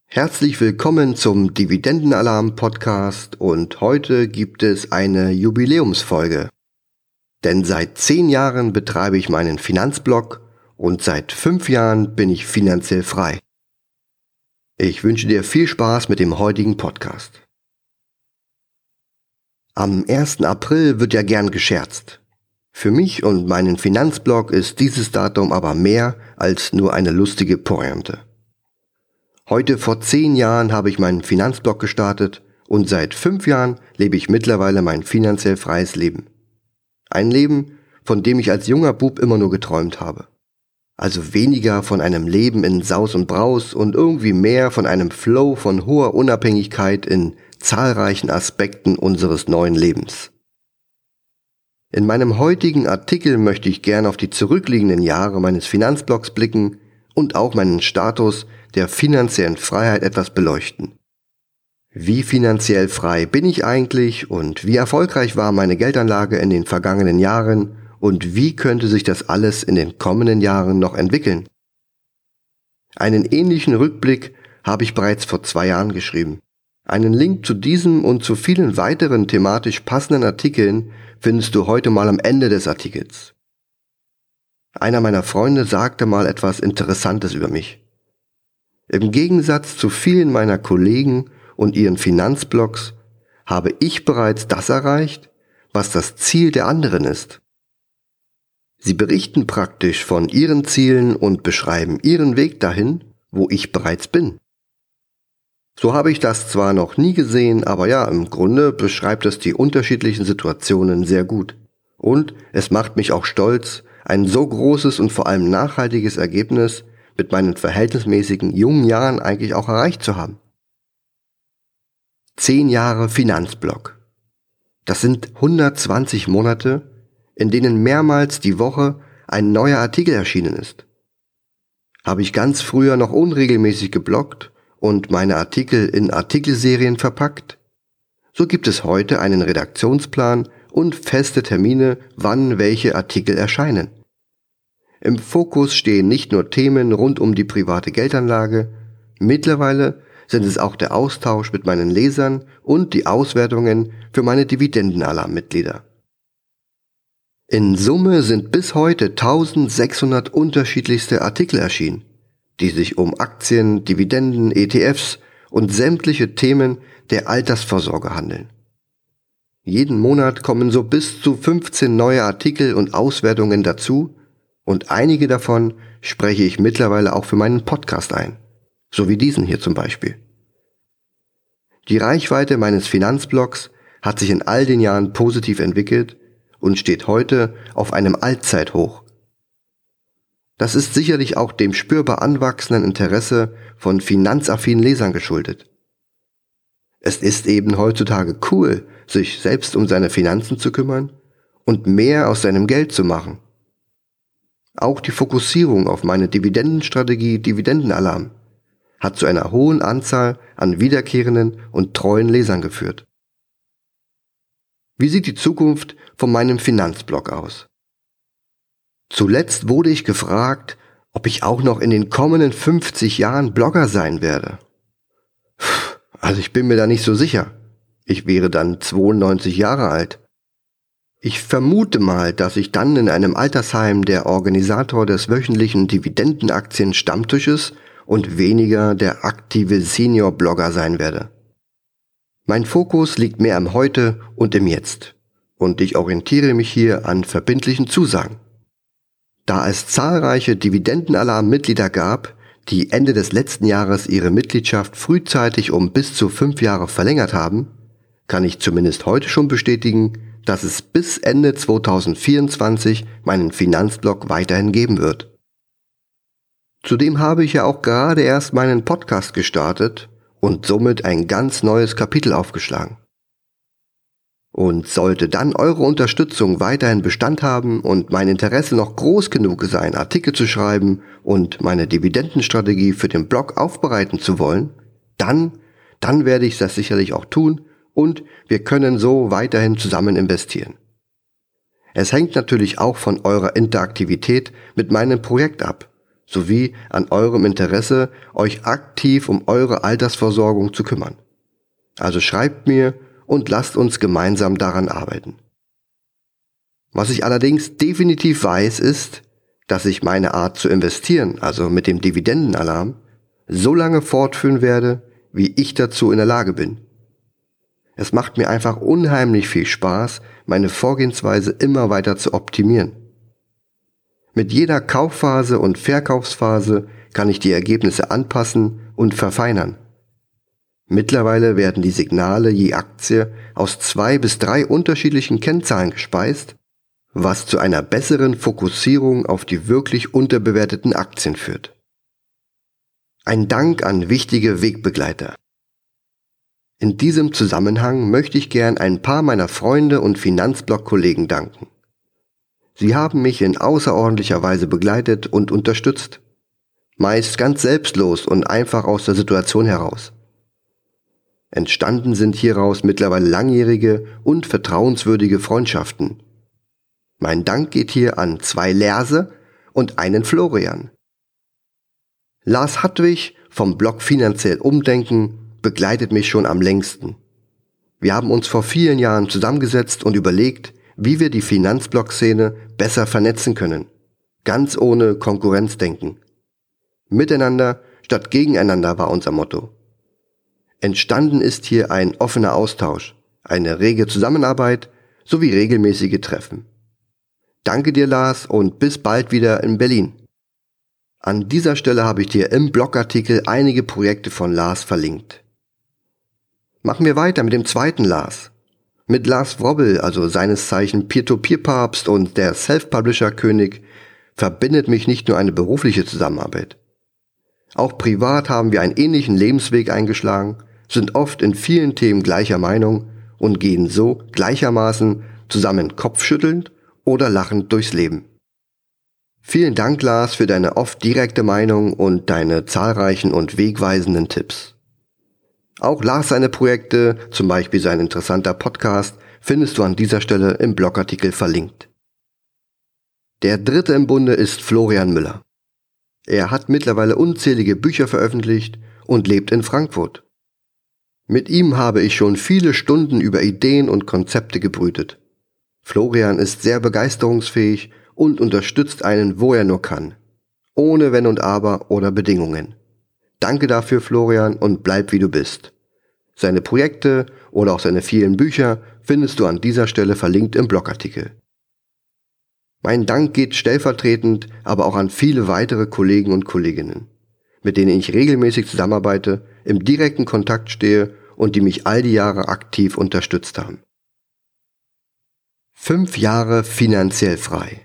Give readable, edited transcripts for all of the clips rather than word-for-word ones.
Herzlich willkommen zum Dividendenalarm-Podcast und heute gibt es eine Jubiläumsfolge. Denn seit 10 Jahren betreibe ich meinen Finanzblog und seit 5 Jahren bin ich finanziell frei. Ich wünsche dir viel Spaß mit dem heutigen Podcast. Am 1. April wird ja gern gescherzt. Für mich und meinen Finanzblog ist dieses Datum aber mehr als nur eine lustige Pointe. Heute vor 10 Jahren habe ich meinen Finanzblog gestartet und seit 5 Jahren lebe ich mittlerweile mein finanziell freies Leben. Ein Leben, von dem ich als junger Bub immer nur geträumt habe. Also weniger von einem Leben in Saus und Braus und irgendwie mehr von einem Flow von hoher Unabhängigkeit in zahlreichen Aspekten unseres neuen Lebens. In meinem heutigen Artikel möchte ich gern auf die zurückliegenden Jahre meines Finanzblogs blicken und auch meinen Status der finanziellen Freiheit etwas beleuchten. Wie finanziell frei bin ich eigentlich und wie erfolgreich war meine Geldanlage in den vergangenen Jahren und wie könnte sich das alles in den kommenden Jahren noch entwickeln? Einen ähnlichen Rückblick habe ich bereits vor 2 Jahren geschrieben. Einen Link zu diesem und zu vielen weiteren thematisch passenden Artikeln findest du heute mal am Ende des Artikels. Einer meiner Freunde sagte mal etwas Interessantes über mich. Im Gegensatz zu vielen meiner Kollegen und ihren Finanzblogs habe ich bereits das erreicht, was das Ziel der anderen ist. Sie berichten praktisch von ihren Zielen und beschreiben ihren Weg dahin, wo ich bereits bin. So habe ich das zwar noch nie gesehen, aber ja, im Grunde beschreibt es die unterschiedlichen Situationen sehr gut. Und es macht mich auch stolz, ein so großes und vor allem nachhaltiges Ergebnis mit meinen verhältnismäßigen jungen Jahren eigentlich auch erreicht zu haben. 10 Jahre Finanzblog. Das sind 120 Monate, in denen mehrmals die Woche ein neuer Artikel erschienen ist. Habe ich ganz früher noch unregelmäßig gebloggt und meine Artikel in Artikelserien verpackt, so gibt es heute einen Redaktionsplan und feste Termine, wann welche Artikel erscheinen. Im Fokus stehen nicht nur Themen rund um die private Geldanlage, mittlerweile sind es auch der Austausch mit meinen Lesern und die Auswertungen für meine Dividendenalarm-Mitglieder. In Summe sind bis heute 1600 unterschiedlichste Artikel erschienen, die sich um Aktien, Dividenden, ETFs und sämtliche Themen der Altersvorsorge handeln. Jeden Monat kommen so bis zu 15 neue Artikel und Auswertungen dazu und einige davon spreche ich mittlerweile auch für meinen Podcast ein, so wie diesen hier zum Beispiel. Die Reichweite meines Finanzblogs hat sich in all den Jahren positiv entwickelt und steht heute auf einem Allzeithoch. Das ist sicherlich auch dem spürbar anwachsenden Interesse von finanzaffinen Lesern geschuldet. Es ist eben heutzutage cool, sich selbst um seine Finanzen zu kümmern und mehr aus seinem Geld zu machen. Auch die Fokussierung auf meine Dividendenstrategie Dividendenalarm hat zu einer hohen Anzahl an wiederkehrenden und treuen Lesern geführt. Wie sieht die Zukunft von meinem Finanzblog aus? Zuletzt wurde ich gefragt, ob ich auch noch in den kommenden 50 Jahren Blogger sein werde. Also ich bin mir da nicht so sicher. Ich wäre dann 92 Jahre alt. Ich vermute mal, dass ich dann in einem Altersheim der Organisator des wöchentlichen Dividendenaktien-Stammtisches und weniger der aktive Senior-Blogger sein werde. Mein Fokus liegt mehr am Heute und im Jetzt und ich orientiere mich hier an verbindlichen Zusagen. Da es zahlreiche Dividendenalarm-Mitglieder gab, die Ende des letzten Jahres ihre Mitgliedschaft frühzeitig um bis zu 5 Jahre verlängert haben, kann ich zumindest heute schon bestätigen, dass es bis Ende 2024 meinen Finanzblog weiterhin geben wird. Zudem habe ich ja auch gerade erst meinen Podcast gestartet und somit ein ganz neues Kapitel aufgeschlagen. Und sollte dann eure Unterstützung weiterhin Bestand haben und mein Interesse noch groß genug sein, Artikel zu schreiben und meine Dividendenstrategie für den Blog aufbereiten zu wollen, dann werde ich das sicherlich auch tun und wir können so weiterhin zusammen investieren. Es hängt natürlich auch von eurer Interaktivität mit meinem Projekt ab, sowie an eurem Interesse, euch aktiv um eure Altersversorgung zu kümmern. Also schreibt mir und lasst uns gemeinsam daran arbeiten. Was ich allerdings definitiv weiß, ist, dass ich meine Art zu investieren, also mit dem Dividendenalarm, so lange fortführen werde, wie ich dazu in der Lage bin. Es macht mir einfach unheimlich viel Spaß, meine Vorgehensweise immer weiter zu optimieren. Mit jeder Kaufphase und Verkaufsphase kann ich die Ergebnisse anpassen und verfeinern. Mittlerweile werden die Signale je Aktie aus 2 bis 3 unterschiedlichen Kennzahlen gespeist, was zu einer besseren Fokussierung auf die wirklich unterbewerteten Aktien führt. Ein Dank an wichtige Wegbegleiter. In diesem Zusammenhang möchte ich gern ein paar meiner Freunde und Finanzblog-Kollegen danken. Sie haben mich in außerordentlicher Weise begleitet und unterstützt, meist ganz selbstlos und einfach aus der Situation heraus. Entstanden sind hieraus mittlerweile langjährige und vertrauenswürdige Freundschaften. Mein Dank geht hier an 2 Lerse und einen Florian. Lars Hartwig vom Blog Finanziell Umdenken begleitet mich schon am längsten. Wir haben uns vor vielen Jahren zusammengesetzt und überlegt, wie wir die Finanzblog-Szene besser vernetzen können. Ganz ohne Konkurrenzdenken. Miteinander statt gegeneinander war unser Motto. Entstanden ist hier ein offener Austausch, eine rege Zusammenarbeit sowie regelmäßige Treffen. Danke dir, Lars, und bis bald wieder in Berlin. An dieser Stelle habe ich dir im Blogartikel einige Projekte von Lars verlinkt. Machen wir weiter mit dem zweiten Lars. Mit Lars Wrobbel, also seines Zeichen Peer-to-Peer-Papst und der Self-Publisher-König, verbindet mich nicht nur eine berufliche Zusammenarbeit. Auch privat haben wir einen ähnlichen Lebensweg eingeschlagen, sind oft in vielen Themen gleicher Meinung und gehen so gleichermaßen zusammen kopfschüttelnd oder lachend durchs Leben. Vielen Dank, Lars, für deine oft direkte Meinung und deine zahlreichen und wegweisenden Tipps. Auch Lars seine Projekte, zum Beispiel sein interessanter Podcast, findest du an dieser Stelle im Blogartikel verlinkt. Der dritte im Bunde ist Florian Müller. Er hat mittlerweile unzählige Bücher veröffentlicht und lebt in Frankfurt. Mit ihm habe ich schon viele Stunden über Ideen und Konzepte gebrütet. Florian ist sehr begeisterungsfähig und unterstützt einen, wo er nur kann. Ohne Wenn und Aber oder Bedingungen. Danke dafür, Florian, und bleib wie du bist. Seine Projekte oder auch seine vielen Bücher findest du an dieser Stelle verlinkt im Blogartikel. Mein Dank geht stellvertretend aber auch an viele weitere Kollegen und Kolleginnen, mit denen ich regelmäßig zusammenarbeite, im direkten Kontakt stehe und die mich all die Jahre aktiv unterstützt haben. 5 Jahre finanziell frei.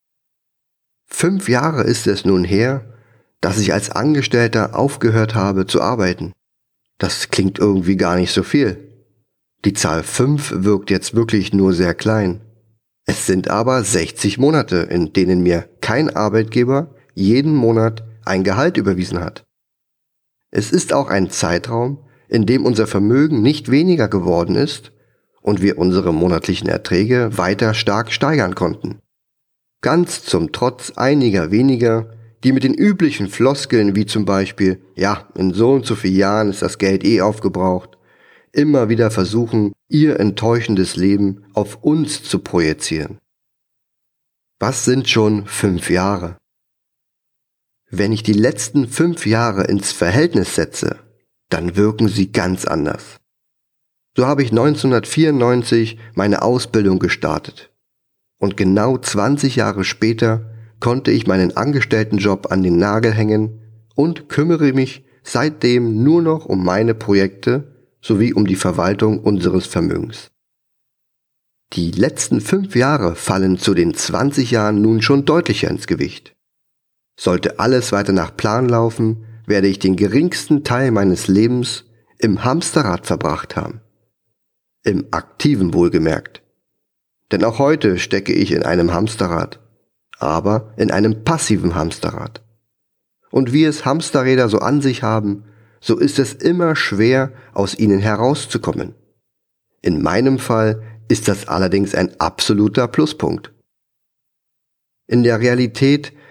5 Jahre ist es nun her, dass ich als Angestellter aufgehört habe zu arbeiten. Das klingt irgendwie gar nicht so viel. Die Zahl 5 wirkt jetzt wirklich nur sehr klein. Es sind aber 60 Monate, in denen mir kein Arbeitgeber jeden Monat ein Gehalt überwiesen hat. Es ist auch ein Zeitraum, in dem unser Vermögen nicht weniger geworden ist und wir unsere monatlichen Erträge weiter stark steigern konnten. Ganz zum Trotz einiger weniger, die mit den üblichen Floskeln wie zum Beispiel, ja, in so und so vielen Jahren ist das Geld aufgebraucht, immer wieder versuchen, ihr enttäuschendes Leben auf uns zu projizieren. Was sind schon 5 Jahre? Wenn ich die letzten 5 Jahre ins Verhältnis setze, dann wirken sie ganz anders. So habe ich 1994 meine Ausbildung gestartet. Und genau 20 Jahre später konnte ich meinen Angestelltenjob an den Nagel hängen und kümmere mich seitdem nur noch um meine Projekte sowie um die Verwaltung unseres Vermögens. Die letzten 5 Jahre fallen zu den 20 Jahren nun schon deutlicher ins Gewicht. Sollte alles weiter nach Plan laufen, werde ich den geringsten Teil meines Lebens im Hamsterrad verbracht haben. Im aktiven wohlgemerkt. Denn auch heute stecke ich in einem Hamsterrad, aber in einem passiven Hamsterrad. Und wie es Hamsterräder so an sich haben, so ist es immer schwer, aus ihnen herauszukommen. In meinem Fall ist das allerdings ein absoluter Pluspunkt. In der Realität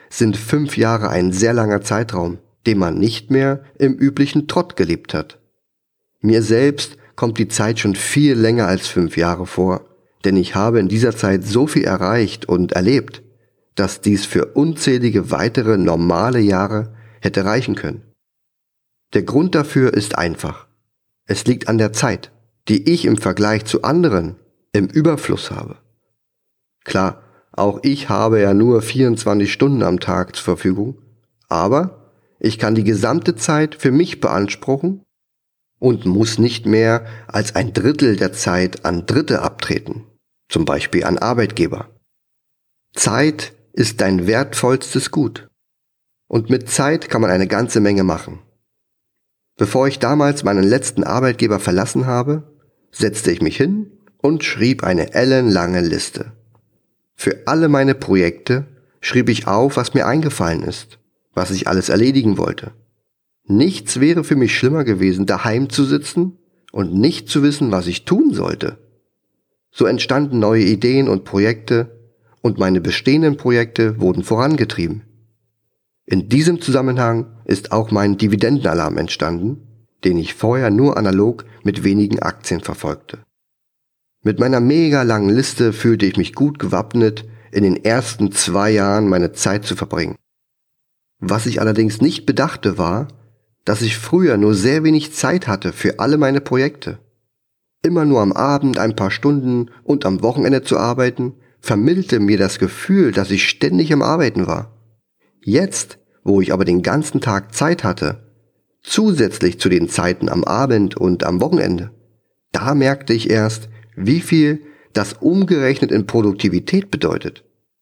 sind 5 Jahre ein sehr langer Zeitraum, den man nicht mehr im üblichen Trott gelebt hat. Mir selbst kommt die Zeit schon viel länger als 5 Jahre vor, denn ich habe in dieser Zeit so viel erreicht und erlebt, dass dies für unzählige weitere normale Jahre hätte reichen können. Der Grund dafür ist einfach. Es liegt an der Zeit, die ich im Vergleich zu anderen im Überfluss habe. Klar, auch ich habe ja nur 24 Stunden am Tag zur Verfügung, aber ich kann die gesamte Zeit für mich beanspruchen und muss nicht mehr als 1/3 der Zeit an Dritte abtreten, zum Beispiel an Arbeitgeber. Zeit ist dein wertvollstes Gut. Und mit Zeit kann man eine ganze Menge machen. Bevor ich damals meinen letzten Arbeitgeber verlassen habe, setzte ich mich hin und schrieb eine ellenlange Liste. Für alle meine Projekte schrieb ich auf, was mir eingefallen ist, was ich alles erledigen wollte. Nichts wäre für mich schlimmer gewesen, daheim zu sitzen und nicht zu wissen, was ich tun sollte. So entstanden neue Ideen und Projekte und meine bestehenden Projekte wurden vorangetrieben. In diesem Zusammenhang ist auch mein Dividendenalarm entstanden, den ich vorher nur analog mit wenigen Aktien verfolgte. Mit meiner mega langen Liste fühlte ich mich gut gewappnet, in den ersten 2 Jahren meine Zeit zu verbringen. Was ich allerdings nicht bedachte war, dass ich früher nur sehr wenig Zeit hatte für alle meine Projekte. Immer nur am Abend ein paar Stunden und am Wochenende zu arbeiten, vermittelte mir das Gefühl, dass ich ständig am Arbeiten war. Jetzt, wo ich aber den ganzen Tag Zeit hatte, zusätzlich zu den Zeiten am Abend und am Wochenende, da merkte ich erst, wie viel das umgerechnet in Produktivität bedeutet.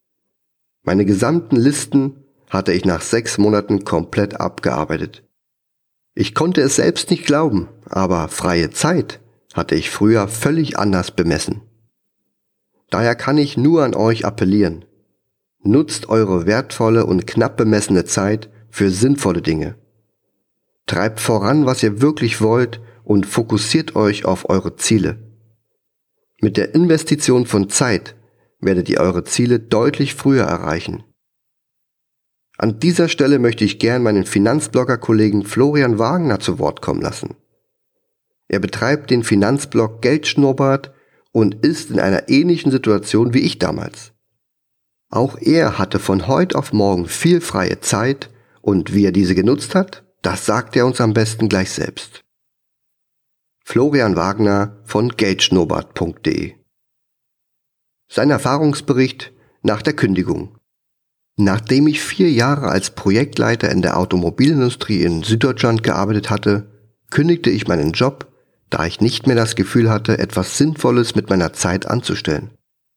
Meine gesamten Listen hatte ich nach 6 Monaten komplett abgearbeitet. Ich konnte es selbst nicht glauben, aber freie Zeit hatte ich früher völlig anders bemessen. Daher kann ich nur an euch appellieren. Nutzt eure wertvolle und knapp bemessene Zeit für sinnvolle Dinge. Treibt voran, was ihr wirklich wollt und fokussiert euch auf eure Ziele. Mit der Investition von Zeit werdet ihr eure Ziele deutlich früher erreichen. An dieser Stelle möchte ich gern meinen Finanzblogger-Kollegen Florian Wagner zu Wort kommen lassen. Er betreibt den Finanzblog Geldschnurrbart und ist in einer ähnlichen Situation wie ich damals. Auch er hatte von heute auf morgen viel freie Zeit und wie er diese genutzt hat, das sagt er uns am besten gleich selbst. Florian Wagner von geldschnurrbart.de. Sein Erfahrungsbericht nach der Kündigung. Nachdem ich 4 Jahre als Projektleiter in der Automobilindustrie in Süddeutschland gearbeitet hatte, kündigte ich meinen Job, da ich nicht mehr das Gefühl hatte, etwas Sinnvolles mit meiner Zeit anzustellen.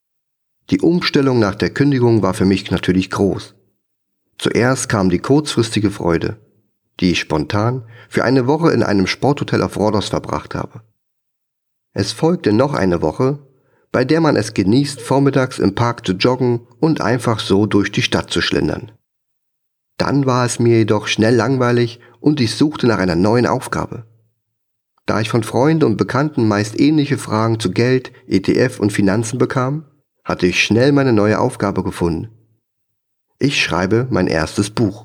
Die Umstellung nach der Kündigung war für mich natürlich groß. Zuerst kam die kurzfristige Freude, die ich spontan für eine Woche in einem Sporthotel auf Rhodos verbracht habe. Es folgte noch eine Woche, bei der man es genießt, vormittags im Park zu joggen und einfach so durch die Stadt zu schlendern. Dann war es mir jedoch schnell langweilig und ich suchte nach einer neuen Aufgabe. Da ich von Freunden und Bekannten meist ähnliche Fragen zu Geld, ETF und Finanzen bekam, hatte ich schnell meine neue Aufgabe gefunden. Ich schreibe mein erstes Buch.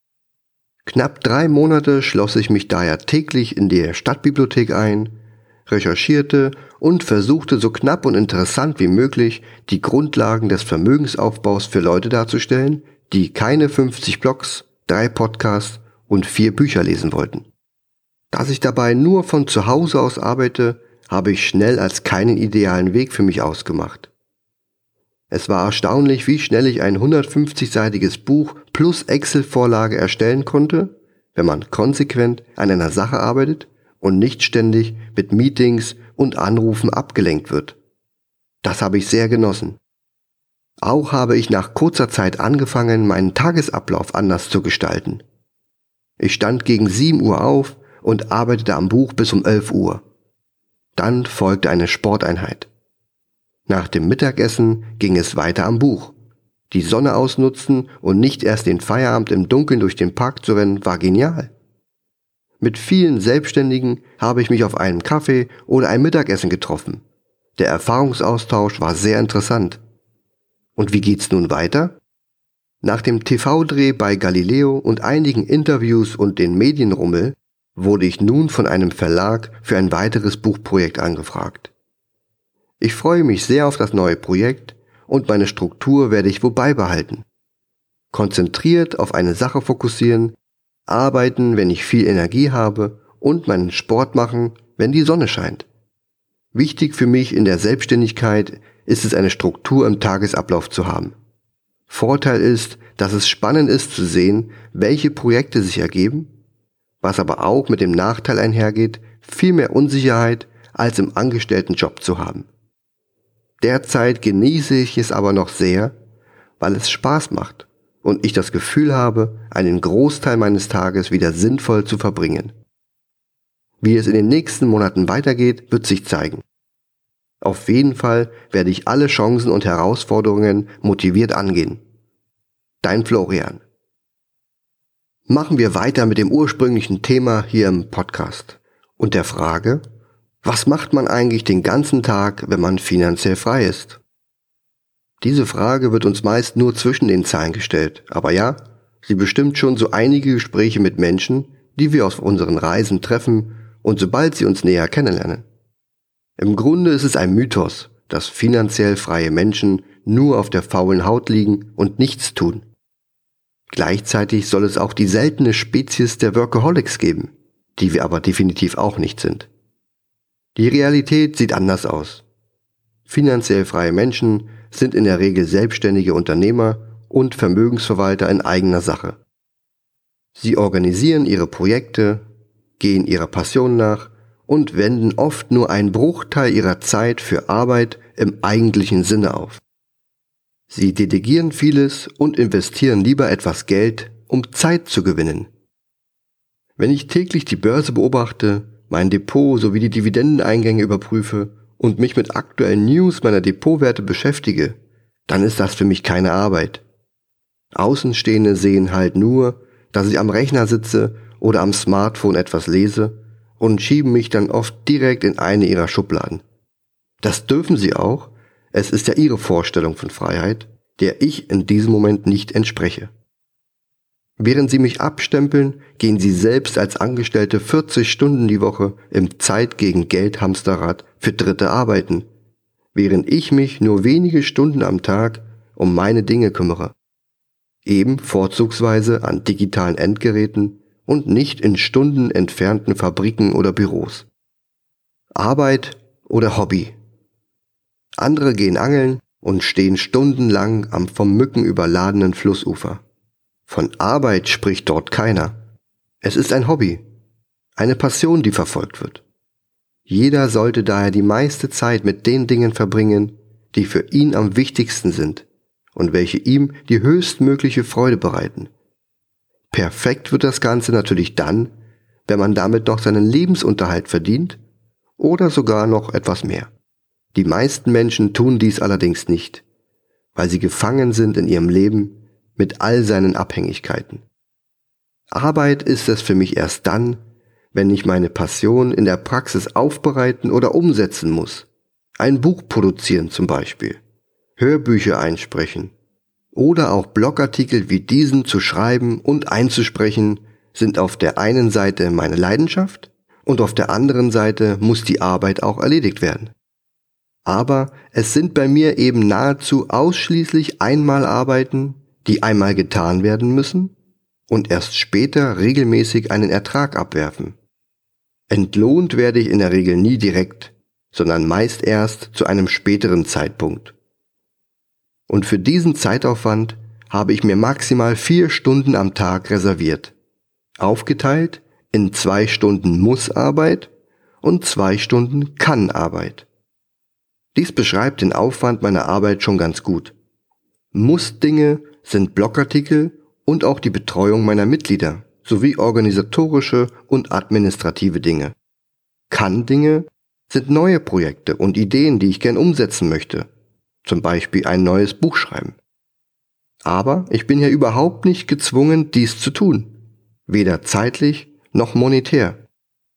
Knapp 3 Monate schloss ich mich daher täglich in der Stadtbibliothek ein, recherchierte und versuchte so knapp und interessant wie möglich die Grundlagen des Vermögensaufbaus für Leute darzustellen, die keine 50 Blogs, 3 Podcasts und 4 Bücher lesen wollten. Da ich dabei nur von zu Hause aus arbeite, habe ich schnell als keinen idealen Weg für mich ausgemacht. Es war erstaunlich, wie schnell ich ein 150-seitiges Buch plus Excel-Vorlage erstellen konnte, wenn man konsequent an einer Sache arbeitet und nicht ständig mit Meetings und Anrufen abgelenkt wird. Das habe ich sehr genossen. Auch habe ich nach kurzer Zeit angefangen, meinen Tagesablauf anders zu gestalten. Ich stand gegen 7 Uhr auf und arbeitete am Buch bis um 11 Uhr. Dann folgte eine Sporteinheit. Nach dem Mittagessen ging es weiter am Buch. Die Sonne ausnutzen und nicht erst den Feierabend im Dunkeln durch den Park zu rennen, war genial. Mit vielen Selbstständigen habe ich mich auf einen Kaffee oder ein Mittagessen getroffen. Der Erfahrungsaustausch war sehr interessant. Und wie geht's nun weiter? Nach dem TV-Dreh bei Galileo und einigen Interviews und den Medienrummel wurde ich nun von einem Verlag für ein weiteres Buchprojekt angefragt. Ich freue mich sehr auf das neue Projekt und meine Struktur werde ich wohl beibehalten. Konzentriert auf eine Sache fokussieren, arbeiten, wenn ich viel Energie habe und meinen Sport machen, wenn die Sonne scheint. Wichtig für mich in der Selbstständigkeit ist es, eine Struktur im Tagesablauf zu haben. Vorteil ist, dass es spannend ist zu sehen, welche Projekte sich ergeben, was aber auch mit dem Nachteil einhergeht, viel mehr Unsicherheit als im Angestelltenjob zu haben. Derzeit genieße ich es aber noch sehr, weil es Spaß macht und ich das Gefühl habe, einen Großteil meines Tages wieder sinnvoll zu verbringen. Wie es in den nächsten Monaten weitergeht, wird sich zeigen. Auf jeden Fall werde ich alle Chancen und Herausforderungen motiviert angehen. Dein Florian. Machen wir weiter mit dem ursprünglichen Thema hier im Podcast und der Frage, was macht man eigentlich den ganzen Tag, wenn man finanziell frei ist? Diese Frage wird uns meist nur zwischen den Zeilen gestellt, aber ja, sie bestimmt schon so einige Gespräche mit Menschen, die wir auf unseren Reisen treffen und sobald sie uns näher kennenlernen. Im Grunde ist es ein Mythos, dass finanziell freie Menschen nur auf der faulen Haut liegen und nichts tun. Gleichzeitig soll es auch die seltene Spezies der Workaholics geben, die wir aber definitiv auch nicht sind. Die Realität sieht anders aus. Finanziell freie Menschen sind in der Regel selbstständige Unternehmer und Vermögensverwalter in eigener Sache. Sie organisieren ihre Projekte, gehen ihrer Passion nach und wenden oft nur einen Bruchteil ihrer Zeit für Arbeit im eigentlichen Sinne auf. Sie delegieren vieles und investieren lieber etwas Geld, um Zeit zu gewinnen. Wenn ich täglich die Börse beobachte, mein Depot sowie die Dividendeneingänge überprüfe und mich mit aktuellen News meiner Depotwerte beschäftige, dann ist das für mich keine Arbeit. Außenstehende sehen halt nur, dass ich am Rechner sitze oder am Smartphone etwas lese und schieben mich dann oft direkt in eine ihrer Schubladen. Das dürfen sie auch, es ist ja ihre Vorstellung von Freiheit, der ich in diesem Moment nicht entspreche. Während sie mich abstempeln, gehen sie selbst als Angestellte 40 Stunden die Woche im Zeit-gegen-Geld-Hamsterrad für Dritte arbeiten, während ich mich nur wenige Stunden am Tag um meine Dinge kümmere. Eben vorzugsweise an digitalen Endgeräten und nicht in Stunden entfernten Fabriken oder Büros. Arbeit oder Hobby? Andere gehen angeln und stehen stundenlang am vom Mücken überladenen Flussufer. Von Arbeit spricht dort keiner. Es ist ein Hobby, eine Passion, die verfolgt wird. Jeder sollte daher die meiste Zeit mit den Dingen verbringen, die für ihn am wichtigsten sind und welche ihm die höchstmögliche Freude bereiten. Perfekt wird das Ganze natürlich dann, wenn man damit noch seinen Lebensunterhalt verdient oder sogar noch etwas mehr. Die meisten Menschen tun dies allerdings nicht, weil sie gefangen sind in ihrem Leben mit all seinen Abhängigkeiten. Arbeit ist es für mich erst dann, wenn ich meine Passion in der Praxis aufbereiten oder umsetzen muss. Ein Buch produzieren zum Beispiel, Hörbücher einsprechen oder auch Blogartikel wie diesen zu schreiben und einzusprechen, sind auf der einen Seite meine Leidenschaft und auf der anderen Seite muss die Arbeit auch erledigt werden. Aber es sind bei mir eben nahezu ausschließlich Einmalarbeiten, die einmal getan werden müssen und erst später regelmäßig einen Ertrag abwerfen. Entlohnt werde ich in der Regel nie direkt, sondern meist erst zu einem späteren Zeitpunkt. Und für diesen Zeitaufwand habe ich mir maximal 4 Stunden am Tag reserviert, aufgeteilt in 2 Stunden Muss-Arbeit und 2 Stunden Kann-Arbeit. Dies beschreibt den Aufwand meiner Arbeit schon ganz gut. Muss-Dinge sind Blogartikel und auch die Betreuung meiner Mitglieder sowie organisatorische und administrative Dinge. Kann-Dinge sind neue Projekte und Ideen, die ich gern umsetzen möchte, zum Beispiel ein neues Buch schreiben. Aber ich bin ja überhaupt nicht gezwungen, dies zu tun, weder zeitlich noch monetär.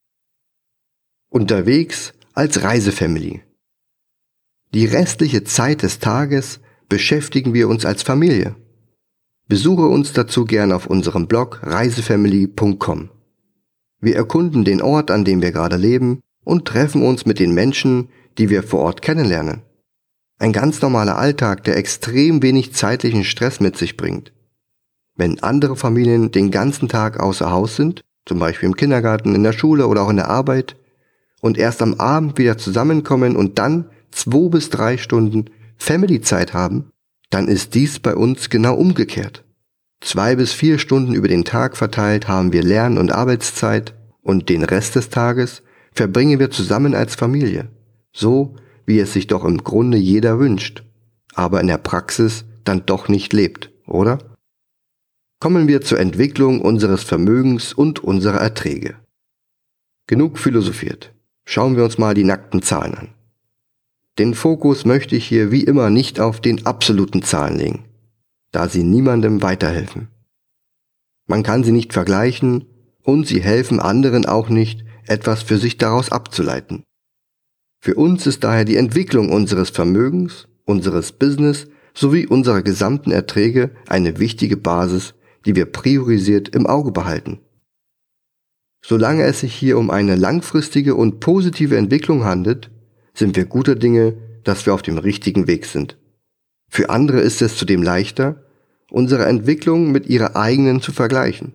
Unterwegs als Reisefamily. Die restliche Zeit des Tages beschäftigen wir uns als Familie. Besuche uns dazu gern auf unserem Blog reisefamily.com. Wir erkunden den Ort, an dem wir gerade leben und treffen uns mit den Menschen, die wir vor Ort kennenlernen. Ein ganz normaler Alltag, der extrem wenig zeitlichen Stress mit sich bringt. Wenn andere Familien den ganzen Tag außer Haus sind, zum Beispiel im Kindergarten, in der Schule oder auch in der Arbeit, und erst am Abend wieder zusammenkommen und dann 2 bis 3 Stunden Family-Zeit haben, dann ist dies bei uns genau umgekehrt. 2 bis 4 Stunden über den Tag verteilt haben wir Lern- und Arbeitszeit und den Rest des Tages verbringen wir zusammen als Familie. So, wie es sich doch im Grunde jeder wünscht, aber in der Praxis dann doch nicht lebt, oder? Kommen wir zur Entwicklung unseres Vermögens und unserer Erträge. Genug philosophiert. Schauen wir uns mal die nackten Zahlen an. Den Fokus möchte ich hier wie immer nicht auf den absoluten Zahlen legen, da sie niemandem weiterhelfen. Man kann sie nicht vergleichen und sie helfen anderen auch nicht, etwas für sich daraus abzuleiten. Für uns ist daher die Entwicklung unseres Vermögens, unseres Business sowie unserer gesamten Erträge eine wichtige Basis, die wir priorisiert im Auge behalten. Solange es sich hier um eine langfristige und positive Entwicklung handelt, sind wir guter Dinge, dass wir auf dem richtigen Weg sind. Für andere ist es zudem leichter, unsere Entwicklung mit ihrer eigenen zu vergleichen.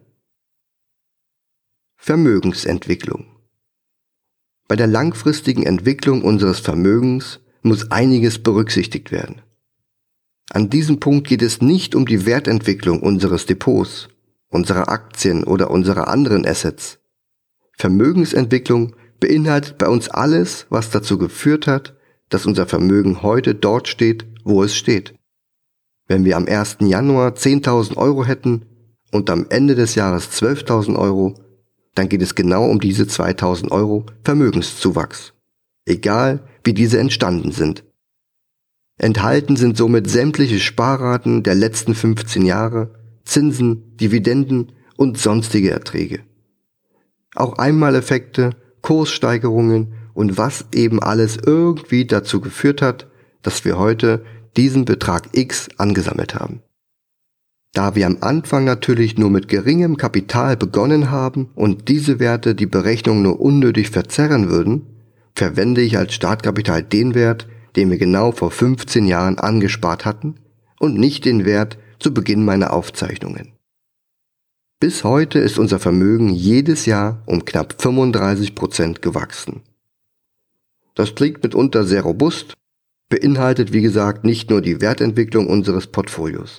Vermögensentwicklung. Bei der langfristigen Entwicklung unseres Vermögens muss einiges berücksichtigt werden. An diesem Punkt geht es nicht um die Wertentwicklung unseres Depots, unserer Aktien oder unserer anderen Assets. Vermögensentwicklung beinhaltet bei uns alles, was dazu geführt hat, dass unser Vermögen heute dort steht, wo es steht. Wenn wir am 1. Januar 10.000 Euro hätten und am Ende des Jahres 12.000 Euro, dann geht es genau um diese 2.000 Euro Vermögenszuwachs, egal wie diese entstanden sind. Enthalten sind somit sämtliche Sparraten der letzten 15 Jahre, Zinsen, Dividenden und sonstige Erträge. Auch Einmaleffekte, Kurssteigerungen und was eben alles irgendwie dazu geführt hat, dass wir heute diesen Betrag X angesammelt haben. Da wir am Anfang natürlich nur mit geringem Kapital begonnen haben und diese Werte die Berechnung nur unnötig verzerren würden, verwende ich als Startkapital den Wert, den wir genau vor 15 Jahren angespart hatten und nicht den Wert zu Beginn meiner Aufzeichnungen. Bis heute ist unser Vermögen jedes Jahr um knapp 35% gewachsen. Das klingt mitunter sehr robust, beinhaltet wie gesagt nicht nur die Wertentwicklung unseres Portfolios.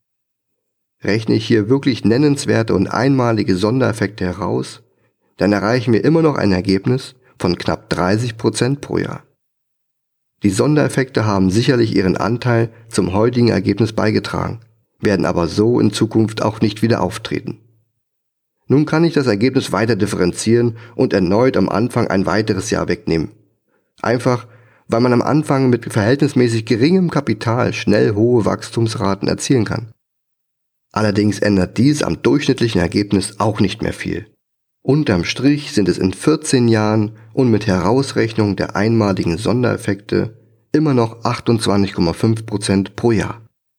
Rechne ich hier wirklich nennenswerte und einmalige Sondereffekte heraus, dann erreichen wir immer noch ein Ergebnis von knapp 30% pro Jahr. Die Sondereffekte haben sicherlich ihren Anteil zum heutigen Ergebnis beigetragen, werden aber so in Zukunft auch nicht wieder auftreten. Nun kann ich das Ergebnis weiter differenzieren und erneut am Anfang ein weiteres Jahr wegnehmen. Einfach, weil man am Anfang mit verhältnismäßig geringem Kapital schnell hohe Wachstumsraten erzielen kann. Allerdings ändert dies am durchschnittlichen Ergebnis auch nicht mehr viel. Unterm Strich sind es in 14 Jahren und mit Herausrechnung der einmaligen Sondereffekte immer noch 28,5% pro Jahr.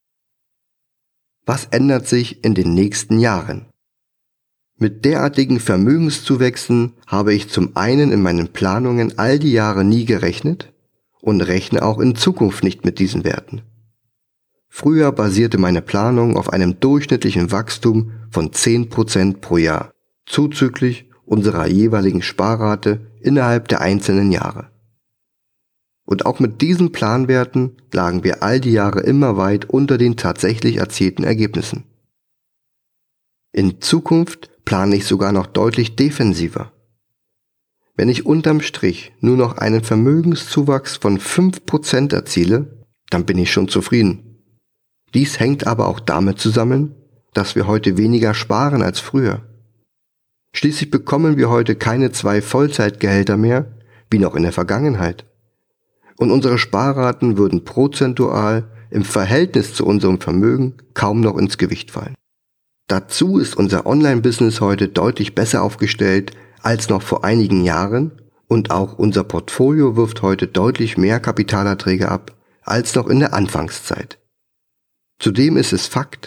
Was ändert sich in den nächsten Jahren? Mit derartigen Vermögenszuwächsen habe ich zum einen in meinen Planungen all die Jahre nie gerechnet und rechne auch in Zukunft nicht mit diesen Werten. Früher basierte meine Planung auf einem durchschnittlichen Wachstum von 10% pro Jahr, zuzüglich unserer jeweiligen Sparrate innerhalb der einzelnen Jahre. Und auch mit diesen Planwerten lagen wir all die Jahre immer weit unter den tatsächlich erzielten Ergebnissen. In Zukunft plane ich sogar noch deutlich defensiver. Wenn ich unterm Strich nur noch einen Vermögenszuwachs von 5% erziele, dann bin ich schon zufrieden. Dies hängt aber auch damit zusammen, dass wir heute weniger sparen als früher. Schließlich bekommen wir heute keine 2 Vollzeitgehälter mehr, wie noch in der Vergangenheit. Und unsere Sparraten würden prozentual im Verhältnis zu unserem Vermögen kaum noch ins Gewicht fallen. Dazu ist unser Online-Business heute deutlich besser aufgestellt als noch vor einigen Jahren und auch unser Portfolio wirft heute deutlich mehr Kapitalerträge ab als noch in der Anfangszeit. Zudem ist es Fakt,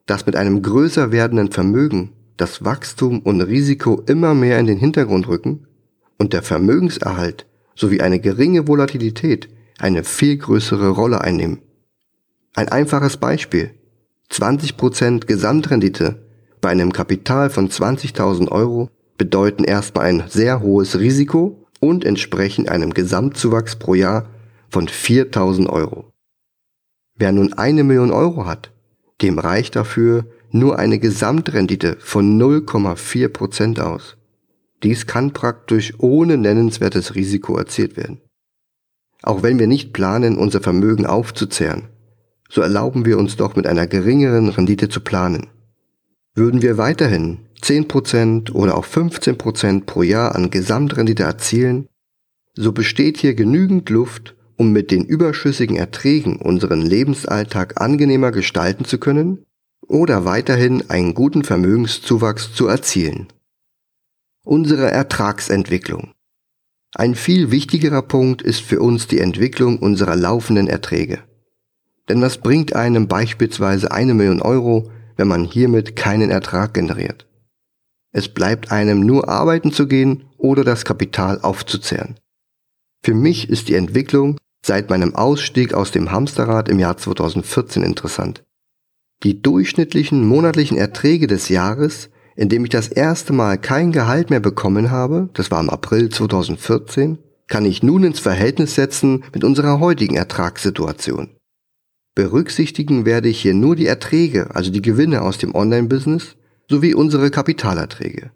dass mit einem größer werdenden Vermögen das Wachstum und Risiko immer mehr in den Hintergrund rücken und der Vermögenserhalt sowie eine geringe Volatilität eine viel größere Rolle einnehmen. Ein einfaches Beispiel: 20% Gesamtrendite bei einem Kapital von 20.000 Euro bedeuten erstmal ein sehr hohes Risiko und entsprechen einem Gesamtzuwachs pro Jahr von 4.000 Euro. Wer nun 1 Million Euro hat, dem reicht dafür nur eine Gesamtrendite von 0,4% aus. Dies kann praktisch ohne nennenswertes Risiko erzielt werden. Auch wenn wir nicht planen, unser Vermögen aufzuzehren, so erlauben wir uns doch mit einer geringeren Rendite zu planen. Würden wir weiterhin 10% oder auch 15% pro Jahr an Gesamtrendite erzielen, so besteht hier genügend Luft, um mit den überschüssigen Erträgen unseren Lebensalltag angenehmer gestalten zu können oder weiterhin einen guten Vermögenszuwachs zu erzielen. Unsere Ertragsentwicklung. Ein viel wichtigerer Punkt ist für uns die Entwicklung unserer laufenden Erträge. Denn was bringt einem beispielsweise 1 Million Euro, wenn man hiermit keinen Ertrag generiert? Es bleibt einem nur arbeiten zu gehen oder das Kapital aufzuzehren. Für mich ist die Entwicklung seit meinem Ausstieg aus dem Hamsterrad im Jahr 2014 interessant. Die durchschnittlichen monatlichen Erträge des Jahres, in dem ich das erste Mal kein Gehalt mehr bekommen habe, das war im April 2014, kann ich nun ins Verhältnis setzen mit unserer heutigen Ertragssituation. Berücksichtigen werde ich hier nur die Erträge, also die Gewinne aus dem Online-Business, sowie unsere Kapitalerträge.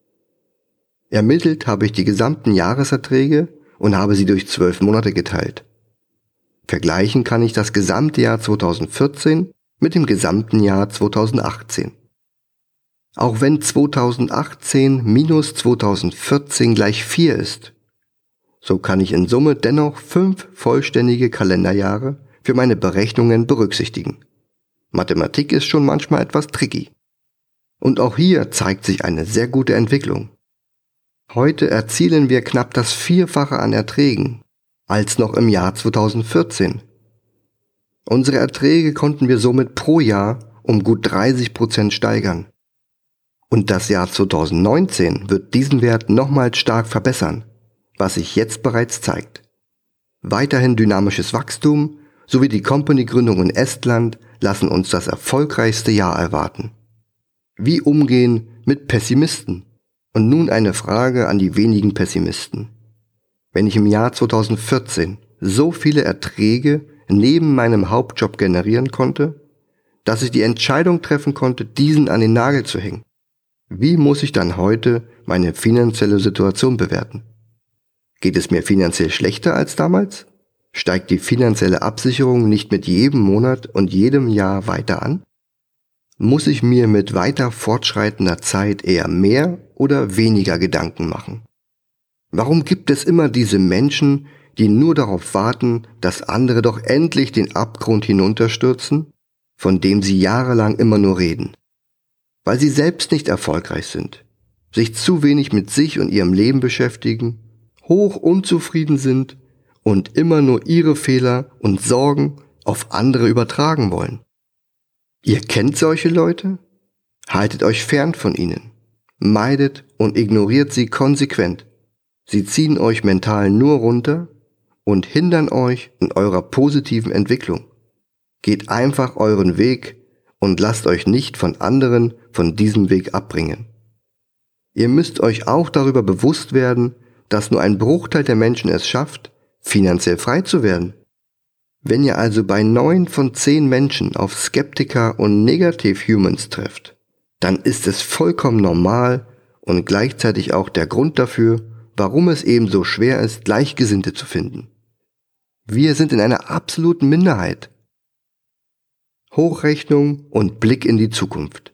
Ermittelt habe ich die gesamten Jahreserträge und habe sie durch 12 Monate geteilt. Vergleichen kann ich das gesamte Jahr 2014 mit dem gesamten Jahr 2018. Auch wenn 2018 minus 2014 gleich 4 ist, so kann ich in Summe dennoch 5 vollständige Kalenderjahre für meine Berechnungen berücksichtigen. Mathematik ist schon manchmal etwas tricky. Und auch hier zeigt sich eine sehr gute Entwicklung. Heute erzielen wir knapp das Vierfache an Erträgen als noch im Jahr 2014. Unsere Erträge konnten wir somit pro Jahr um gut 30% steigern. Und das Jahr 2019 wird diesen Wert nochmals stark verbessern, was sich jetzt bereits zeigt. Weiterhin dynamisches Wachstum sowie die Company-Gründung in Estland lassen uns das erfolgreichste Jahr erwarten. Wie umgehen mit Pessimisten? Und nun eine Frage an die wenigen Pessimisten. Wenn ich im Jahr 2014 so viele Erträge neben meinem Hauptjob generieren konnte, dass ich die Entscheidung treffen konnte, diesen an den Nagel zu hängen, wie muss ich dann heute meine finanzielle Situation bewerten? Geht es mir finanziell schlechter als damals? Steigt die finanzielle Absicherung nicht mit jedem Monat und jedem Jahr weiter an? Muss ich mir mit weiter fortschreitender Zeit eher mehr oder weniger Gedanken machen? Warum gibt es immer diese Menschen, die nur darauf warten, dass andere doch endlich den Abgrund hinunterstürzen, von dem sie jahrelang immer nur reden? Weil sie selbst nicht erfolgreich sind, sich zu wenig mit sich und ihrem Leben beschäftigen, hoch unzufrieden sind und immer nur ihre Fehler und Sorgen auf andere übertragen wollen. Ihr kennt solche Leute? Haltet euch fern von ihnen. Meidet und ignoriert sie konsequent. Sie ziehen euch mental nur runter und hindern euch in eurer positiven Entwicklung. Geht einfach euren Weg und lasst euch nicht von anderen von diesem Weg abbringen. Ihr müsst euch auch darüber bewusst werden, dass nur ein Bruchteil der Menschen es schafft, finanziell frei zu werden. Wenn ihr also bei 9 von 10 Menschen auf Skeptiker und Negativ-Humans trefft, dann ist es vollkommen normal und gleichzeitig auch der Grund dafür, warum es eben so schwer ist, Gleichgesinnte zu finden. Wir sind in einer absoluten Minderheit. Hochrechnung und Blick in die Zukunft.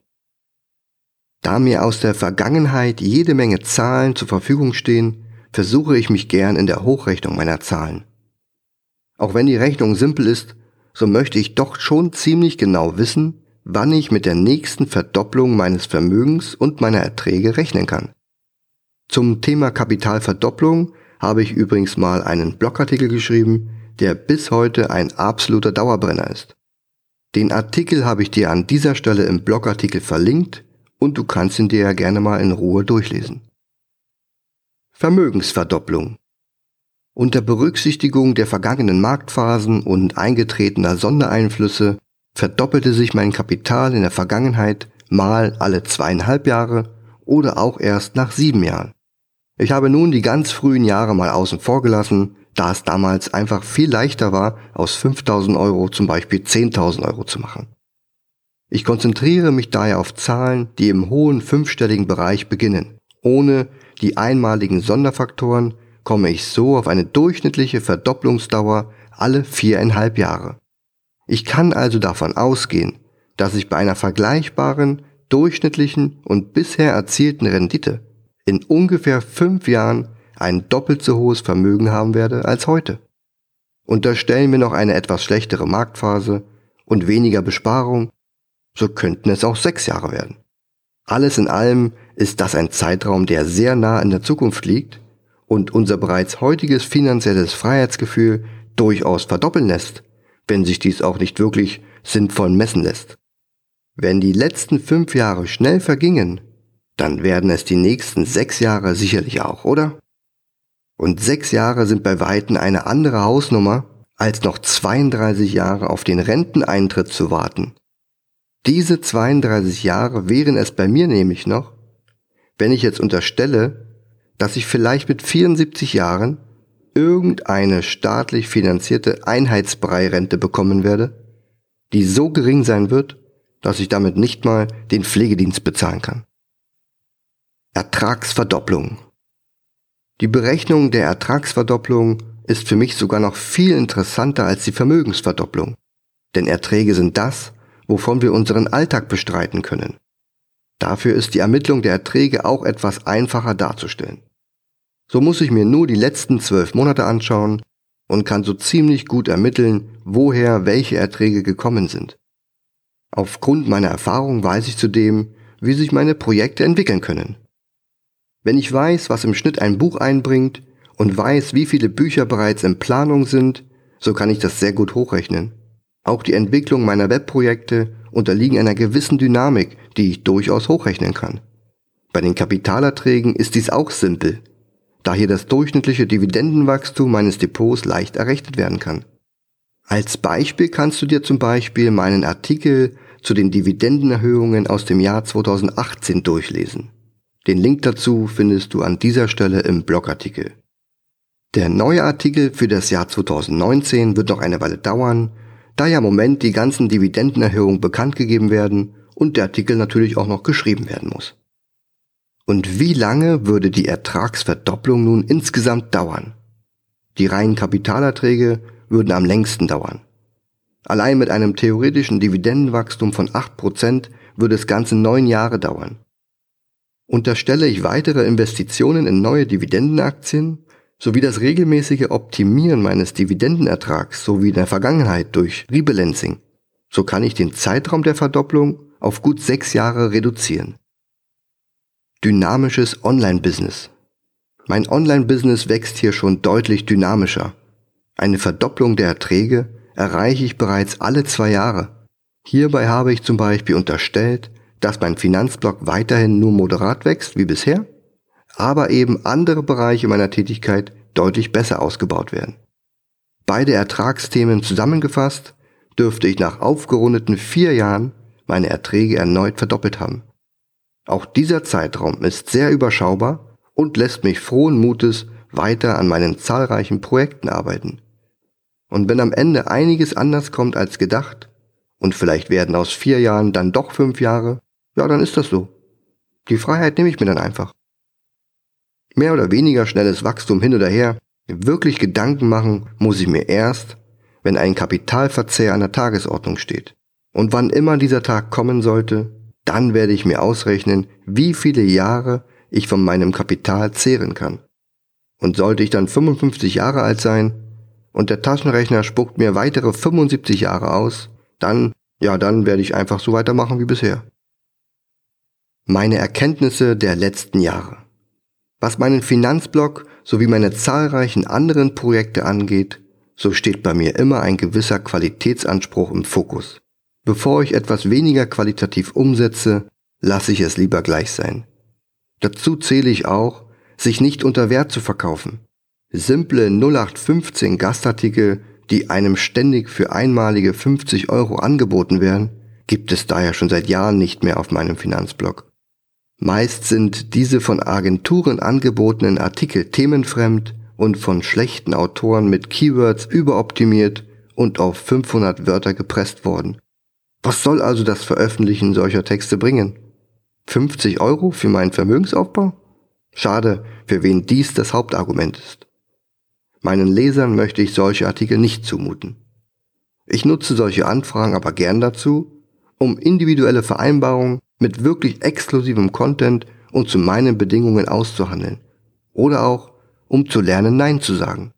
Da mir aus der Vergangenheit jede Menge Zahlen zur Verfügung stehen, versuche ich mich gern in der Hochrechnung meiner Zahlen. Auch wenn die Rechnung simpel ist, so möchte ich doch schon ziemlich genau wissen, wann ich mit der nächsten Verdopplung meines Vermögens und meiner Erträge rechnen kann. Zum Thema Kapitalverdopplung habe ich übrigens mal einen Blogartikel geschrieben, der bis heute ein absoluter Dauerbrenner ist. Den Artikel habe ich dir an dieser Stelle im Blogartikel verlinkt und du kannst ihn dir ja gerne mal in Ruhe durchlesen. Vermögensverdopplung. Unter Berücksichtigung der vergangenen Marktphasen und eingetretener Sondereinflüsse verdoppelte sich mein Kapital in der Vergangenheit mal alle 2,5 Jahre oder auch erst nach 7 Jahren. Ich habe nun die ganz frühen Jahre mal außen vor gelassen, da es damals einfach viel leichter war, aus 5.000 Euro zum Beispiel 10.000 Euro zu machen. Ich konzentriere mich daher auf Zahlen, die im hohen fünfstelligen Bereich beginnen. Ohne die einmaligen Sonderfaktoren komme ich so auf eine durchschnittliche Verdopplungsdauer alle 4,5 Jahre. Ich kann also davon ausgehen, dass ich bei einer vergleichbaren, durchschnittlichen und bisher erzielten Rendite in ungefähr 5 Jahren ein doppelt so hohes Vermögen haben werde als heute. Unterstellen wir noch eine etwas schlechtere Marktphase und weniger Besparung, so könnten es auch 6 Jahre werden. Alles in allem ist das ein Zeitraum, der sehr nah in der Zukunft liegt und unser bereits heutiges finanzielles Freiheitsgefühl durchaus verdoppeln lässt, wenn sich dies auch nicht wirklich sinnvoll messen lässt. Wenn die letzten 5 Jahre schnell vergingen, dann werden es die nächsten 6 Jahre sicherlich auch, oder? Und 6 Jahre sind bei Weitem eine andere Hausnummer, als noch 32 Jahre auf den Renteneintritt zu warten. Diese 32 Jahre wären es bei mir nämlich noch, wenn ich jetzt unterstelle, dass ich vielleicht mit 74 Jahren irgendeine staatlich finanzierte Einheitsbrei-Rente bekommen werde, die so gering sein wird, dass ich damit nicht mal den Pflegedienst bezahlen kann. Ertragsverdopplung. Die Berechnung der Ertragsverdopplung ist für mich sogar noch viel interessanter als die Vermögensverdopplung, denn Erträge sind das, wovon wir unseren Alltag bestreiten können. Dafür ist die Ermittlung der Erträge auch etwas einfacher darzustellen. So muss ich mir nur die letzten 12 Monate anschauen und kann so ziemlich gut ermitteln, woher welche Erträge gekommen sind. Aufgrund meiner Erfahrung weiß ich zudem, wie sich meine Projekte entwickeln können. Wenn ich weiß, was im Schnitt ein Buch einbringt und weiß, wie viele Bücher bereits in Planung sind, so kann ich das sehr gut hochrechnen. Auch die Entwicklung meiner Webprojekte unterliegen einer gewissen Dynamik, die ich durchaus hochrechnen kann. Bei den Kapitalerträgen ist dies auch simpel, da hier das durchschnittliche Dividendenwachstum meines Depots leicht errechnet werden kann. Als Beispiel kannst du dir zum Beispiel meinen Artikel zu den Dividendenerhöhungen aus dem Jahr 2018 durchlesen. Den Link dazu findest du an dieser Stelle im Blogartikel. Der neue Artikel für das Jahr 2019 wird noch eine Weile dauern, da ja im Moment die ganzen Dividendenerhöhungen bekannt gegeben werden und der Artikel natürlich auch noch geschrieben werden muss. Und wie lange würde die Ertragsverdopplung nun insgesamt dauern? Die reinen Kapitalerträge würden am längsten dauern. Allein mit einem theoretischen Dividendenwachstum von 8% würde es ganze 9 Jahre dauern. Unterstelle ich weitere Investitionen in neue Dividendenaktien sowie das regelmäßige Optimieren meines Dividendenertrags sowie in der Vergangenheit durch Rebalancing, so kann ich den Zeitraum der Verdopplung auf gut 6 Jahre reduzieren. Dynamisches Online-Business. Mein Online-Business wächst hier schon deutlich dynamischer. Eine Verdopplung der Erträge erreiche ich bereits alle 2 Jahre. Hierbei habe ich zum Beispiel unterstellt, dass mein Finanzblock weiterhin nur moderat wächst wie bisher, aber eben andere Bereiche meiner Tätigkeit deutlich besser ausgebaut werden. Beide Ertragsthemen zusammengefasst, dürfte ich nach aufgerundeten 4 Jahren meine Erträge erneut verdoppelt haben. Auch dieser Zeitraum ist sehr überschaubar und lässt mich frohen Mutes weiter an meinen zahlreichen Projekten arbeiten. Und wenn am Ende einiges anders kommt als gedacht und vielleicht werden aus 4 Jahren dann doch 5 Jahre, ja, dann ist das so. Die Freiheit nehme ich mir dann einfach. Mehr oder weniger schnelles Wachstum hin oder her, wirklich Gedanken machen muss ich mir erst, wenn ein Kapitalverzehr an der Tagesordnung steht. Und wann immer dieser Tag kommen sollte, dann werde ich mir ausrechnen, wie viele Jahre ich von meinem Kapital zehren kann. Und sollte ich dann 55 Jahre alt sein und der Taschenrechner spuckt mir weitere 75 Jahre aus, dann werde ich einfach so weitermachen wie bisher. Meine Erkenntnisse der letzten Jahre. Was meinen Finanzblock sowie meine zahlreichen anderen Projekte angeht, so steht bei mir immer ein gewisser Qualitätsanspruch im Fokus. Bevor ich etwas weniger qualitativ umsetze, lasse ich es lieber gleich sein. Dazu zähle ich auch, sich nicht unter Wert zu verkaufen. Simple 0815 Gastartikel, die einem ständig für einmalige 50 € angeboten werden, gibt es daher schon seit Jahren nicht mehr auf meinem Finanzblog. Meist sind diese von Agenturen angebotenen Artikel themenfremd und von schlechten Autoren mit Keywords überoptimiert und auf 500 Wörter gepresst worden. Was soll also das Veröffentlichen solcher Texte bringen? 50 € für meinen Vermögensaufbau? Schade, für wen dies das Hauptargument ist. Meinen Lesern möchte ich solche Artikel nicht zumuten. Ich nutze solche Anfragen aber gern dazu, um individuelle Vereinbarungen mit wirklich exklusivem Content und zu meinen Bedingungen auszuhandeln. Oder auch, um zu lernen, Nein zu sagen.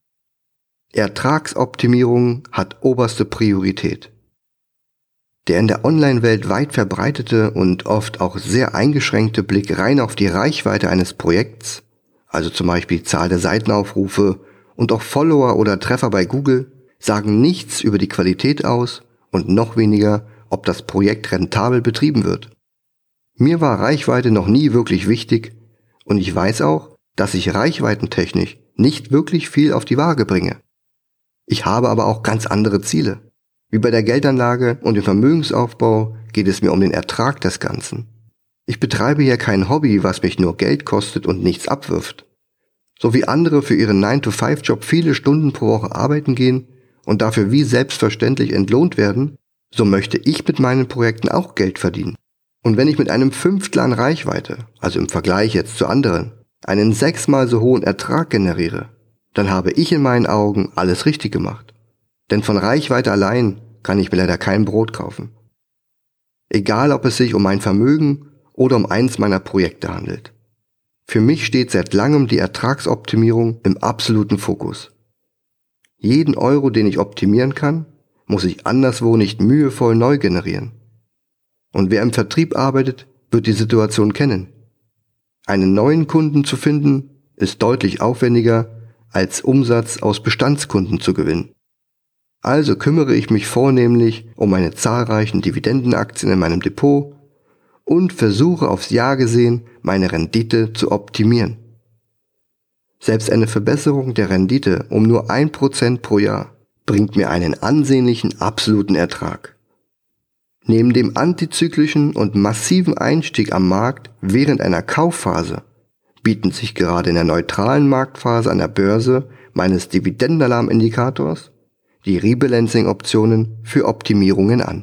Ertragsoptimierung hat oberste Priorität. Der in der Online-Welt weit verbreitete und oft auch sehr eingeschränkte Blick rein auf die Reichweite eines Projekts, also zum Beispiel Zahl der Seitenaufrufe und auch Follower oder Treffer bei Google, sagen nichts über die Qualität aus und noch weniger, ob das Projekt rentabel betrieben wird. Mir war Reichweite noch nie wirklich wichtig und ich weiß auch, dass ich reichweitentechnisch nicht wirklich viel auf die Waage bringe. Ich habe aber auch ganz andere Ziele. Wie bei der Geldanlage und dem Vermögensaufbau geht es mir um den Ertrag des Ganzen. Ich betreibe hier kein Hobby, was mich nur Geld kostet und nichts abwirft. So wie andere für ihren 9-to-5-Job viele Stunden pro Woche arbeiten gehen und dafür wie selbstverständlich entlohnt werden, so möchte ich mit meinen Projekten auch Geld verdienen. Und wenn ich mit einem Fünftel an Reichweite, also im Vergleich jetzt zu anderen, einen 6-mal so hohen Ertrag generiere, dann habe ich in meinen Augen alles richtig gemacht. Denn von Reichweite allein kann ich mir leider kein Brot kaufen. Egal, ob es sich um mein Vermögen oder um eins meiner Projekte handelt. Für mich steht seit langem die Ertragsoptimierung im absoluten Fokus. Jeden Euro, den ich optimieren kann, muss ich anderswo nicht mühevoll neu generieren. Und wer im Vertrieb arbeitet, wird die Situation kennen. Einen neuen Kunden zu finden, ist deutlich aufwendiger, als Umsatz aus Bestandskunden zu gewinnen. Also kümmere ich mich vornehmlich um meine zahlreichen Dividendenaktien in meinem Depot und versuche aufs Jahr gesehen, meine Rendite zu optimieren. Selbst eine Verbesserung der Rendite um nur 1% pro Jahr bringt mir einen ansehnlichen absoluten Ertrag. Neben dem antizyklischen und massiven Einstieg am Markt während einer Kaufphase bieten sich gerade in der neutralen Marktphase an der Börse meines Dividendenalarmindikators die Rebalancing-Optionen für Optimierungen an.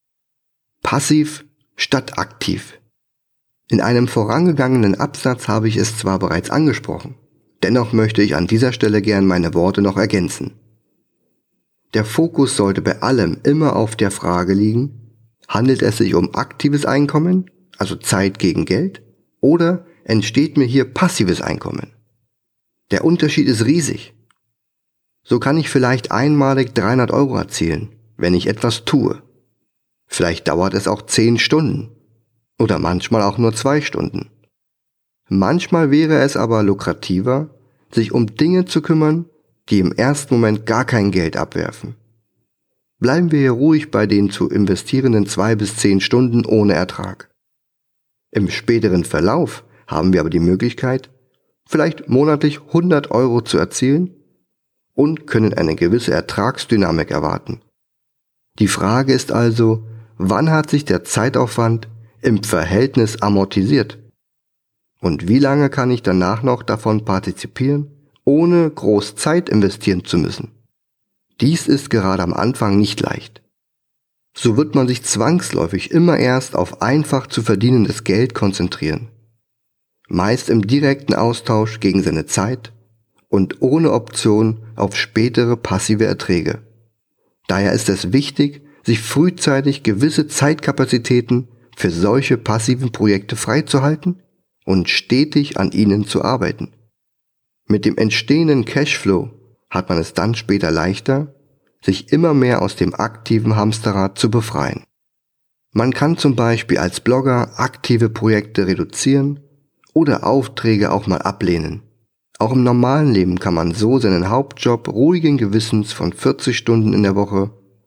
Passiv statt aktiv. In einem vorangegangenen Absatz habe ich es zwar bereits angesprochen, dennoch möchte ich an dieser Stelle gern meine Worte noch ergänzen. Der Fokus sollte bei allem immer auf der Frage liegen, handelt es sich um aktives Einkommen, also Zeit gegen Geld, oder entsteht mir hier passives Einkommen? Der Unterschied ist riesig. So kann ich vielleicht einmalig 300 € erzielen, wenn ich etwas tue. Vielleicht dauert es auch 10 Stunden oder manchmal auch nur 2 Stunden. Manchmal wäre es aber lukrativer, sich um Dinge zu kümmern, die im ersten Moment gar kein Geld abwerfen. Bleiben wir hier ruhig bei den zu investierenden 2 bis 10 Stunden ohne Ertrag. Im späteren Verlauf haben wir aber die Möglichkeit, vielleicht monatlich 100 € zu erzielen und können eine gewisse Ertragsdynamik erwarten. Die Frage ist also, wann hat sich der Zeitaufwand im Verhältnis amortisiert? Und wie lange kann ich danach noch davon partizipieren, ohne groß Zeit investieren zu müssen? Dies ist gerade am Anfang nicht leicht. So wird man sich zwangsläufig immer erst auf einfach zu verdienendes Geld konzentrieren. Meist im direkten Austausch gegen seine Zeit und ohne Option auf spätere passive Erträge. Daher ist es wichtig, sich frühzeitig gewisse Zeitkapazitäten für solche passiven Projekte freizuhalten und stetig an ihnen zu arbeiten. Mit dem entstehenden Cashflow hat man es dann später leichter, sich immer mehr aus dem aktiven Hamsterrad zu befreien. Man kann zum Beispiel als Blogger aktive Projekte reduzieren oder Aufträge auch mal ablehnen. Auch im normalen Leben kann man so seinen Hauptjob ruhigen Gewissens von 40 Stunden in der Woche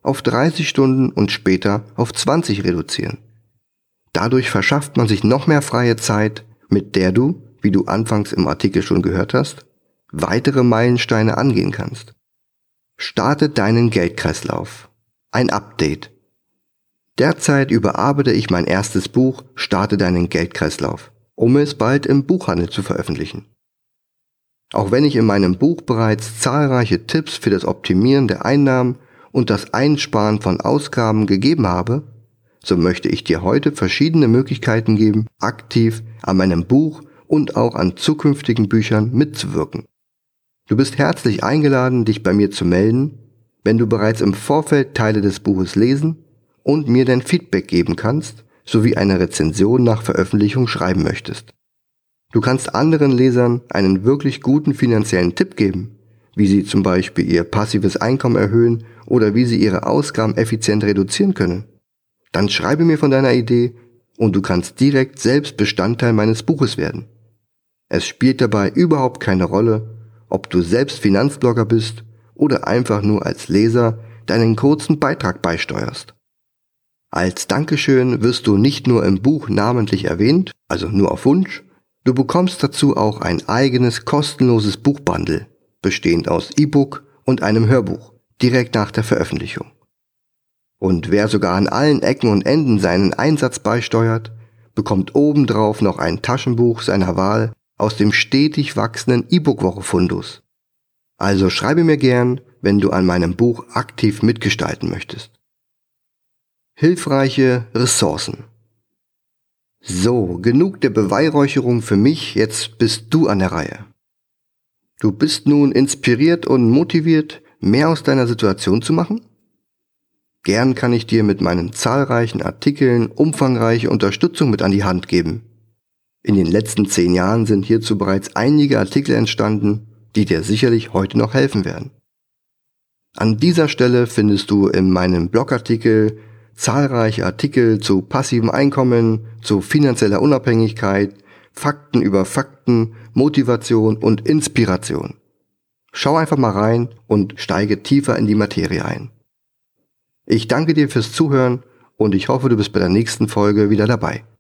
auf 30 Stunden und später auf 20 reduzieren. Dadurch verschafft man sich noch mehr freie Zeit, mit der du, wie du anfangs im Artikel schon gehört hast, weitere Meilensteine angehen kannst. Starte deinen Geldkreislauf. Ein Update. Derzeit überarbeite ich mein erstes Buch Starte deinen Geldkreislauf, um es bald im Buchhandel zu veröffentlichen. Auch wenn ich in meinem Buch bereits zahlreiche Tipps für das Optimieren der Einnahmen und das Einsparen von Ausgaben gegeben habe, so möchte ich dir heute verschiedene Möglichkeiten geben, aktiv an meinem Buch und auch an zukünftigen Büchern mitzuwirken. Du bist herzlich eingeladen, dich bei mir zu melden, wenn du bereits im Vorfeld Teile des Buches lesen und mir dein Feedback geben kannst, sowie eine Rezension nach Veröffentlichung schreiben möchtest. Du kannst anderen Lesern einen wirklich guten finanziellen Tipp geben, wie sie zum Beispiel ihr passives Einkommen erhöhen oder wie sie ihre Ausgaben effizient reduzieren können. Dann schreibe mir von deiner Idee und du kannst direkt selbst Bestandteil meines Buches werden. Es spielt dabei überhaupt keine Rolle, ob du selbst Finanzblogger bist oder einfach nur als Leser deinen kurzen Beitrag beisteuerst. Als Dankeschön wirst du nicht nur im Buch namentlich erwähnt, also nur auf Wunsch, du bekommst dazu auch ein eigenes kostenloses Buchbundle, bestehend aus E-Book und einem Hörbuch, direkt nach der Veröffentlichung. Und wer sogar an allen Ecken und Enden seinen Einsatz beisteuert, bekommt obendrauf noch ein Taschenbuch seiner Wahl aus dem stetig wachsenden E-Book-Woche-Fundus. Also schreibe mir gern, wenn du an meinem Buch aktiv mitgestalten möchtest. Hilfreiche Ressourcen. So, genug der Beweihräucherung für mich, jetzt bist du an der Reihe. Du bist nun inspiriert und motiviert, mehr aus deiner Situation zu machen? Gern kann ich dir mit meinen zahlreichen Artikeln umfangreiche Unterstützung mit an die Hand geben. In den letzten 10 Jahren sind hierzu bereits einige Artikel entstanden, die dir sicherlich heute noch helfen werden. An dieser Stelle findest du in meinem Blogartikel zahlreiche Artikel zu passivem Einkommen, zu finanzieller Unabhängigkeit, Fakten über Fakten, Motivation und Inspiration. Schau einfach mal rein und steige tiefer in die Materie ein. Ich danke dir fürs Zuhören und ich hoffe, du bist bei der nächsten Folge wieder dabei.